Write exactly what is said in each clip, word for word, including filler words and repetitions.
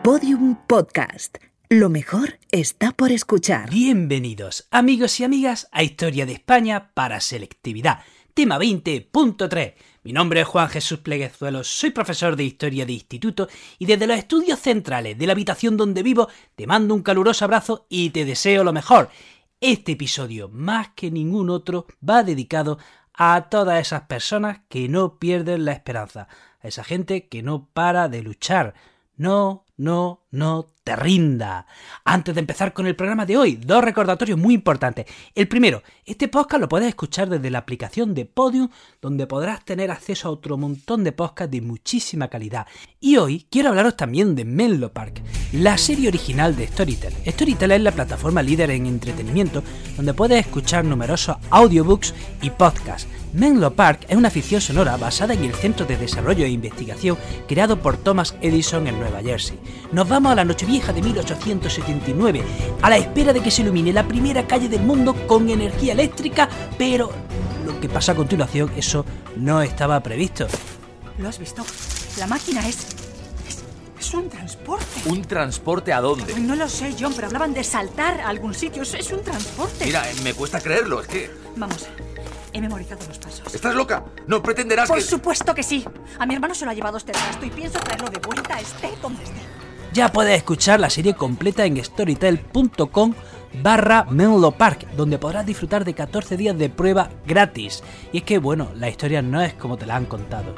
Podium Podcast. Lo mejor está por escuchar. Bienvenidos, amigos y amigas, a Historia de España para Selectividad, tema veinte punto tres. Mi nombre es Juan Jesús Pleguezuelo, soy profesor de Historia de Instituto y desde los estudios centrales de la habitación donde vivo te mando un caluroso abrazo y te deseo lo mejor. Este episodio, más que ningún otro, va dedicado a todas esas personas que no pierden la esperanza, a esa gente que no para de luchar. No, no, no te rinda. Antes de empezar con el programa de hoy, dos recordatorios muy importantes. El primero, este podcast lo puedes escuchar desde la aplicación de Podium, donde podrás tener acceso a otro montón de podcasts de muchísima calidad. Y hoy quiero hablaros también de Menlo Park, la serie original de Storytel. Storytel es la plataforma líder en entretenimiento, donde puedes escuchar numerosos audiobooks y podcasts. Menlo Park es una ficción sonora basada en el Centro de Desarrollo e Investigación creado por Thomas Edison en Nueva Jersey. Nos vamos a la Nochevieja de mil ochocientos setenta y nueve, a la espera de que se ilumine la primera calle del mundo con energía eléctrica, pero lo que pasa a continuación, eso no estaba previsto. ¿Lo has visto? La máquina es... es... es un transporte. ¿Un transporte a dónde? No lo sé, John, pero hablaban de saltar a algún sitio. Es, es un transporte. Mira, me cuesta creerlo, es que... Vamos, he memorizado los pasos. ¿Estás loca? No pretenderás Por que... supuesto que sí. A mi hermano se lo ha llevado este trasto y pienso traerlo de vuelta, esté donde esté. Ya puedes escuchar la serie completa en storytel punto com barra Menlo Park, donde podrás disfrutar de catorce días de prueba gratis. Y es que, bueno, la historia no es como te la han contado.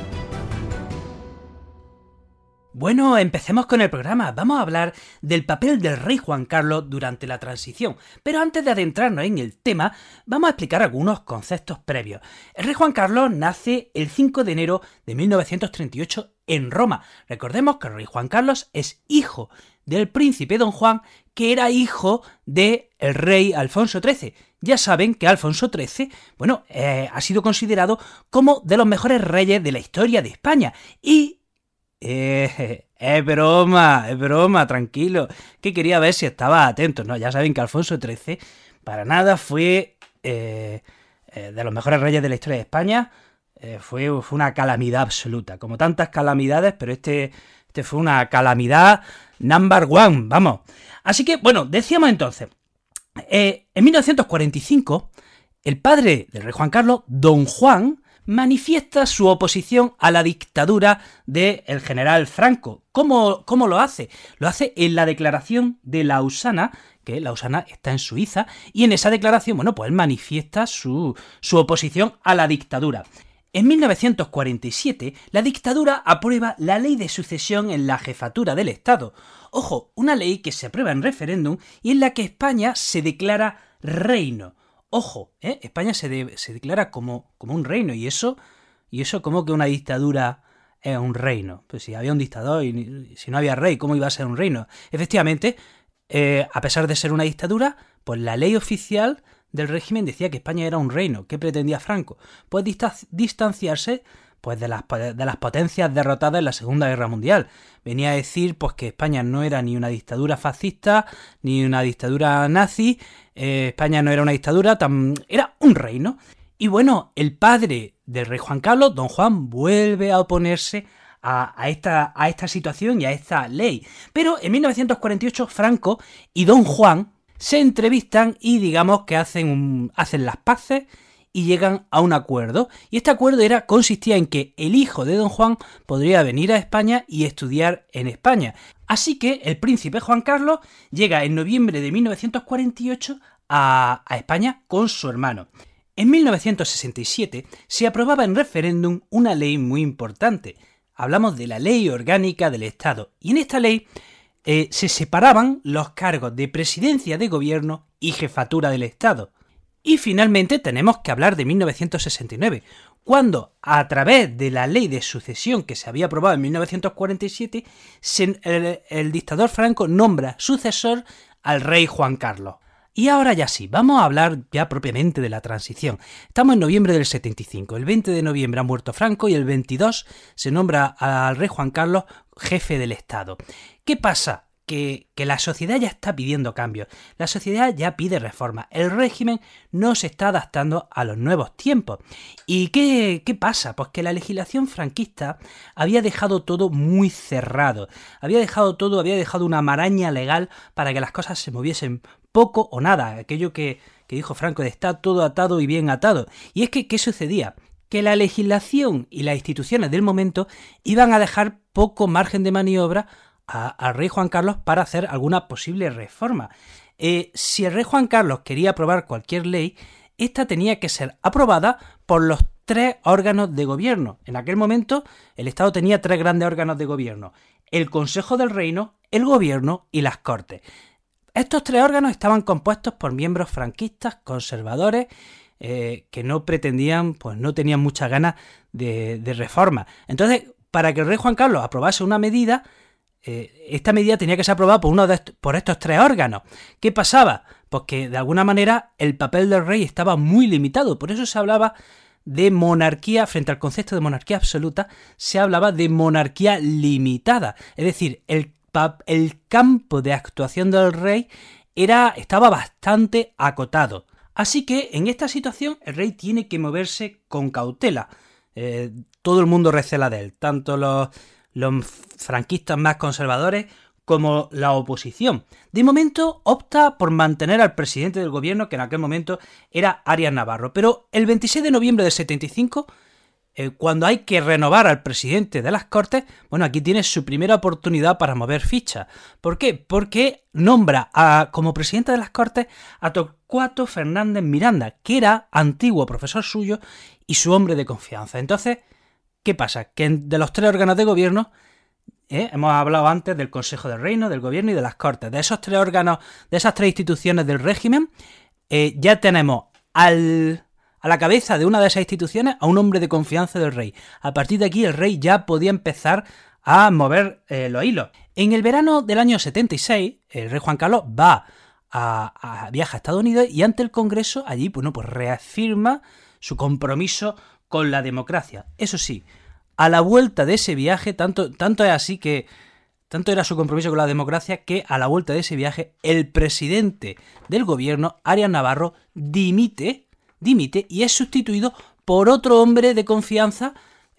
Bueno, empecemos con el programa. Vamos a hablar del papel del rey Juan Carlos durante la transición. Pero antes de adentrarnos en el tema, vamos a explicar algunos conceptos previos. El rey Juan Carlos nace el cinco de enero de mil novecientos treinta y ocho en Roma. Recordemos que el rey Juan Carlos es hijo del príncipe Don Juan, que era hijo del rey Alfonso trece. Ya saben que Alfonso trece, bueno, eh, ha sido considerado como de los mejores reyes de la historia de España. Y... Eh, es broma, es broma, tranquilo. Que quería ver si estaba atento. No, ya saben que Alfonso trece para nada fue eh, eh, de los mejores reyes de la historia de España. Eh, fue, fue una calamidad absoluta, como tantas calamidades, pero este, este fue una calamidad number one, vamos. Así que, bueno, decíamos entonces, eh, en mil novecientos cuarenta y cinco, el padre del rey Juan Carlos, Don Juan, manifiesta su oposición a la dictadura del general Franco. ¿Cómo, ¿Cómo lo hace? Lo hace en la declaración de Lausana, que Lausana está en Suiza, y en esa declaración, bueno, pues él manifiesta su, su oposición a la dictadura. En mil novecientos cuarenta y siete, la dictadura aprueba la ley de sucesión en la jefatura del Estado. Ojo, una ley que se aprueba en referéndum y en la que España se declara reino. Ojo, ¿eh? España se, de, se declara como, como un reino, y eso, y eso como que una dictadura es un reino. Pues si había un dictador y si no había rey, ¿cómo iba a ser un reino? Efectivamente, eh, a pesar de ser una dictadura, pues la ley oficial del régimen decía que España era un reino. ¿Qué pretendía Franco? Pues distanciarse pues de las, de las potencias derrotadas en la Segunda Guerra Mundial. Venía a decir pues que España no era ni una dictadura fascista, ni una dictadura nazi. Eh, España no era una dictadura, tan... era un reino. Y bueno, el padre del rey Juan Carlos, Don Juan, vuelve a oponerse a, a, esta, a esta situación y a esta ley. Pero en mil novecientos cuarenta y ocho, Franco y Don Juan se entrevistan y digamos que hacen, un, hacen las paces y llegan a un acuerdo. Y este acuerdo era, consistía en que el hijo de Don Juan podría venir a España y estudiar en España. Así que el príncipe Juan Carlos llega en noviembre de mil novecientos cuarenta y ocho a, a España con su hermano. En mil novecientos sesenta y siete se aprobaba en referéndum una ley muy importante. Hablamos de la Ley Orgánica del Estado. Y en esta ley eh, se separaban los cargos de presidencia de gobierno y jefatura del Estado. Y finalmente tenemos que hablar de mil novecientos sesenta y nueve, cuando a través de la ley de sucesión que se había aprobado en mil novecientos cuarenta y siete, se, el, el dictador Franco nombra sucesor al rey Juan Carlos. Y ahora ya sí, vamos a hablar ya propiamente de la transición. Estamos en noviembre del setenta y cinco, el veinte de noviembre ha muerto Franco y el veintidós se nombra al rey Juan Carlos jefe del Estado. ¿Qué pasa? que, que la sociedad ya está pidiendo cambios, la sociedad ya pide reformas, el régimen no se está adaptando a los nuevos tiempos. ¿Y qué, qué pasa? Pues que la legislación franquista había dejado todo muy cerrado, había dejado todo, había dejado una maraña legal para que las cosas se moviesen poco o nada, aquello que, que dijo Franco de está todo atado y bien atado. Y es que, ¿qué sucedía? Que la legislación y las instituciones del momento iban a dejar poco margen de maniobra al rey Juan Carlos para hacer alguna posible reforma. Eh, si el rey Juan Carlos quería aprobar cualquier ley, esta tenía que ser aprobada por los tres órganos de gobierno. En aquel momento el Estado tenía tres grandes órganos de gobierno: el Consejo del Reino, el Gobierno y las Cortes. Estos tres órganos estaban compuestos por miembros franquistas, conservadores, eh, que no pretendían, pues no tenían muchas ganas de, de reforma. Entonces, para que el rey Juan Carlos aprobase una medida, Eh, esta medida tenía que ser aprobada por, uno de est- por estos tres órganos. ¿Qué pasaba? Pues que de alguna manera el papel del rey estaba muy limitado, por eso se hablaba de monarquía, frente al concepto de monarquía absoluta, se hablaba de monarquía limitada, es decir, el, pap- el campo de actuación del rey era, estaba bastante acotado. Así que en esta situación el rey tiene que moverse con cautela. Eh, todo el mundo recela de él, tanto los... los franquistas más conservadores como la oposición. De momento opta por mantener al presidente del gobierno, que en aquel momento era Arias Navarro, pero el veintiséis de noviembre del setenta y cinco, eh, cuando hay que renovar al presidente de las Cortes, bueno, aquí tiene su primera oportunidad para mover fichas. ¿Por qué? Porque nombra a, como presidente de las Cortes a Torcuato Fernández Miranda, que era antiguo profesor suyo y su hombre de confianza. Entonces, ¿qué pasa? Que de los tres órganos de gobierno, eh, hemos hablado antes del Consejo del Reino, del Gobierno y de las Cortes. De esos tres órganos, de esas tres instituciones del régimen, eh, ya tenemos al, a la cabeza de una de esas instituciones a un hombre de confianza del rey. A partir de aquí el rey ya podía empezar a mover eh, los hilos. En el verano del año setenta y seis, el rey Juan Carlos va a, a viaja a Estados Unidos y ante el Congreso allí, bueno, pues reafirma su compromiso con la democracia. Eso sí, a la vuelta de ese viaje, tanto, tanto es así que, tanto era su compromiso con la democracia, que a la vuelta de ese viaje, el presidente del gobierno, Arias Navarro, dimite, dimite y es sustituido por otro hombre de confianza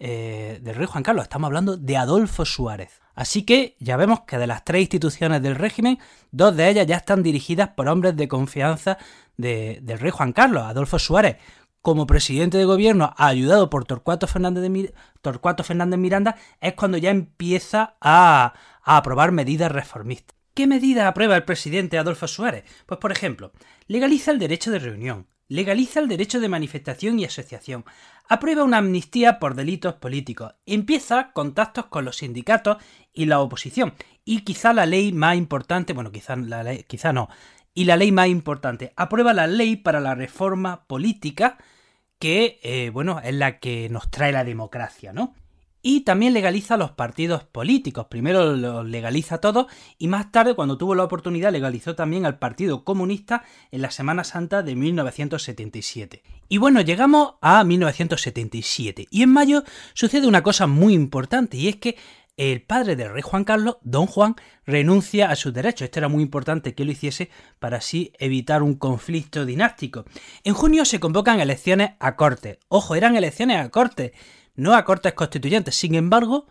eh, del rey Juan Carlos. Estamos hablando de Adolfo Suárez. Así que ya vemos que de las tres instituciones del régimen, dos de ellas ya están dirigidas por hombres de confianza de, del rey Juan Carlos. Adolfo Suárez, como presidente de gobierno, ayudado por Torcuato Fernández, de Mir- Torcuato Fernández Miranda, es cuando ya empieza a, a aprobar medidas reformistas. ¿Qué medidas aprueba el presidente Adolfo Suárez? Pues, por ejemplo, legaliza el derecho de reunión, legaliza el derecho de manifestación y asociación, aprueba una amnistía por delitos políticos, empieza contactos con los sindicatos y la oposición, y quizá la ley más importante, bueno, quizá, la ley, quizá no, y la ley más importante, aprueba la ley para la reforma política, que, eh, bueno, es la que nos trae la democracia, ¿no? Y también legaliza los partidos políticos. Primero los legaliza todos y más tarde, cuando tuvo la oportunidad, legalizó también al Partido Comunista en la Semana Santa de mil novecientos setenta y siete. Y bueno, llegamos a mil novecientos setenta y siete y en mayo sucede una cosa muy importante, y es que el padre del rey Juan Carlos, don Juan, renuncia a sus derechos. Esto era muy importante que lo hiciese para así evitar un conflicto dinástico. En junio se convocan elecciones a Cortes. Ojo, eran elecciones a Cortes, no a Cortes constituyentes. Sin embargo,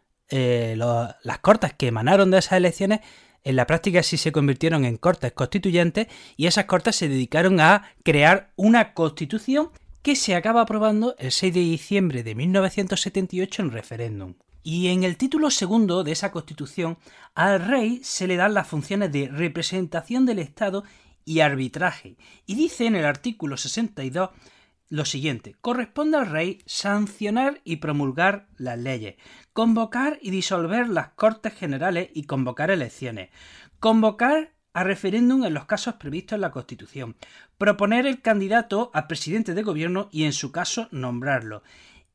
eh, lo, las Cortes que emanaron de esas elecciones, en la práctica sí se convirtieron en Cortes constituyentes, y esas Cortes se dedicaron a crear una constitución que se acaba aprobando el seis de diciembre de mil novecientos setenta y ocho en referéndum. Y en el título segundo de esa Constitución, al rey se le dan las funciones de representación del Estado y arbitraje. Y dice en el artículo sesenta y dos lo siguiente: corresponde al rey sancionar y promulgar las leyes, convocar y disolver las Cortes Generales y convocar elecciones, convocar a referéndum en los casos previstos en la Constitución, proponer el candidato a presidente de gobierno y en su caso nombrarlo, y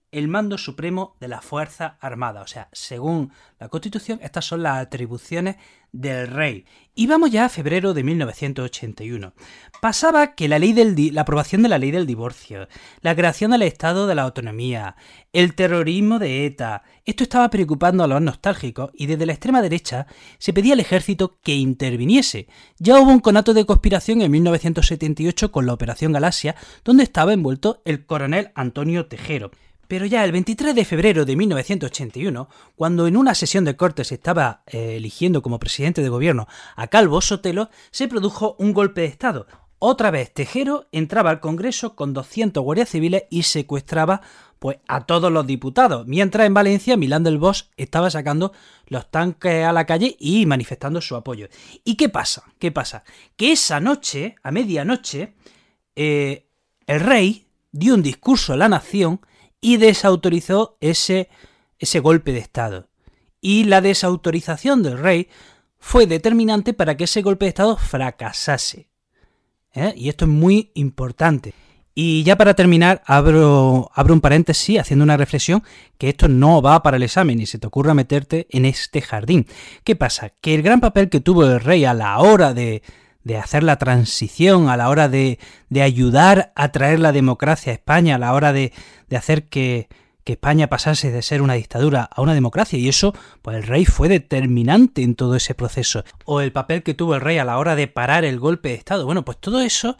el mando supremo de la Fuerza Armada. O sea, según la Constitución, estas son las atribuciones del rey. Y vamos ya a febrero de mil novecientos ochenta y uno. Pasaba que la, ley del di- la aprobación de la ley del divorcio, la creación del Estado de la Autonomía, el terrorismo de ETA, esto estaba preocupando a los nostálgicos y desde la extrema derecha se pedía al ejército que interviniese. Ya hubo un conato de conspiración en mil novecientos setenta y ocho con la Operación Galaxia, donde estaba envuelto el coronel Antonio Tejero. Pero ya el veintitrés de febrero de mil novecientos ochenta y uno, cuando en una sesión de Cortes se estaba eh, eligiendo como presidente de gobierno a Calvo Sotelo, se produjo un golpe de Estado. Otra vez Tejero entraba al Congreso con doscientos guardias civiles y secuestraba pues, a todos los diputados, mientras en Valencia Milán del Bosch estaba sacando los tanques a la calle y manifestando su apoyo. ¿Y qué pasa? ¿Qué pasa? Que esa noche, a medianoche, eh, el rey dio un discurso a la nación y desautorizó ese, ese golpe de Estado. Y la desautorización del rey fue determinante para que ese golpe de Estado fracasase. ¿Eh? Y esto es muy importante. Y ya para terminar, abro, abro un paréntesis haciendo una reflexión, que esto no va para el examen, ni se te ocurra meterte en este jardín. ¿Qué pasa? Que el gran papel que tuvo el rey a la hora de... de hacer la transición, a la hora de, de ayudar a traer la democracia a España, a la hora de, de hacer que, que España pasase de ser una dictadura a una democracia, y eso, pues el rey fue determinante en todo ese proceso. O el papel que tuvo el rey a la hora de parar el golpe de Estado. Bueno, pues todo eso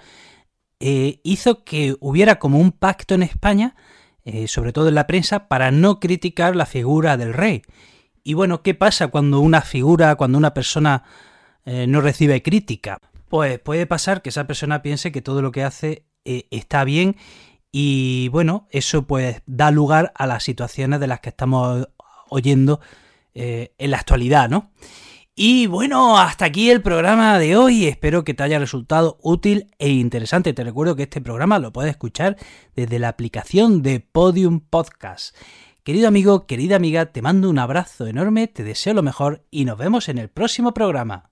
eh, hizo que hubiera como un pacto en España, eh, sobre todo en la prensa, para no criticar la figura del rey. Y bueno, ¿qué pasa cuando una figura, cuando una persona eh, no recibe crítica? Pues puede pasar que esa persona piense que todo lo que hace eh, está bien y bueno, eso pues da lugar a las situaciones de las que estamos oyendo eh, en la actualidad, ¿no? Y bueno, hasta aquí el programa de hoy, espero que te haya resultado útil e interesante. Te recuerdo que este programa lo puedes escuchar desde la aplicación de Podium Podcast. Querido amigo, querida amiga, te mando un abrazo enorme, te deseo lo mejor y nos vemos en el próximo programa.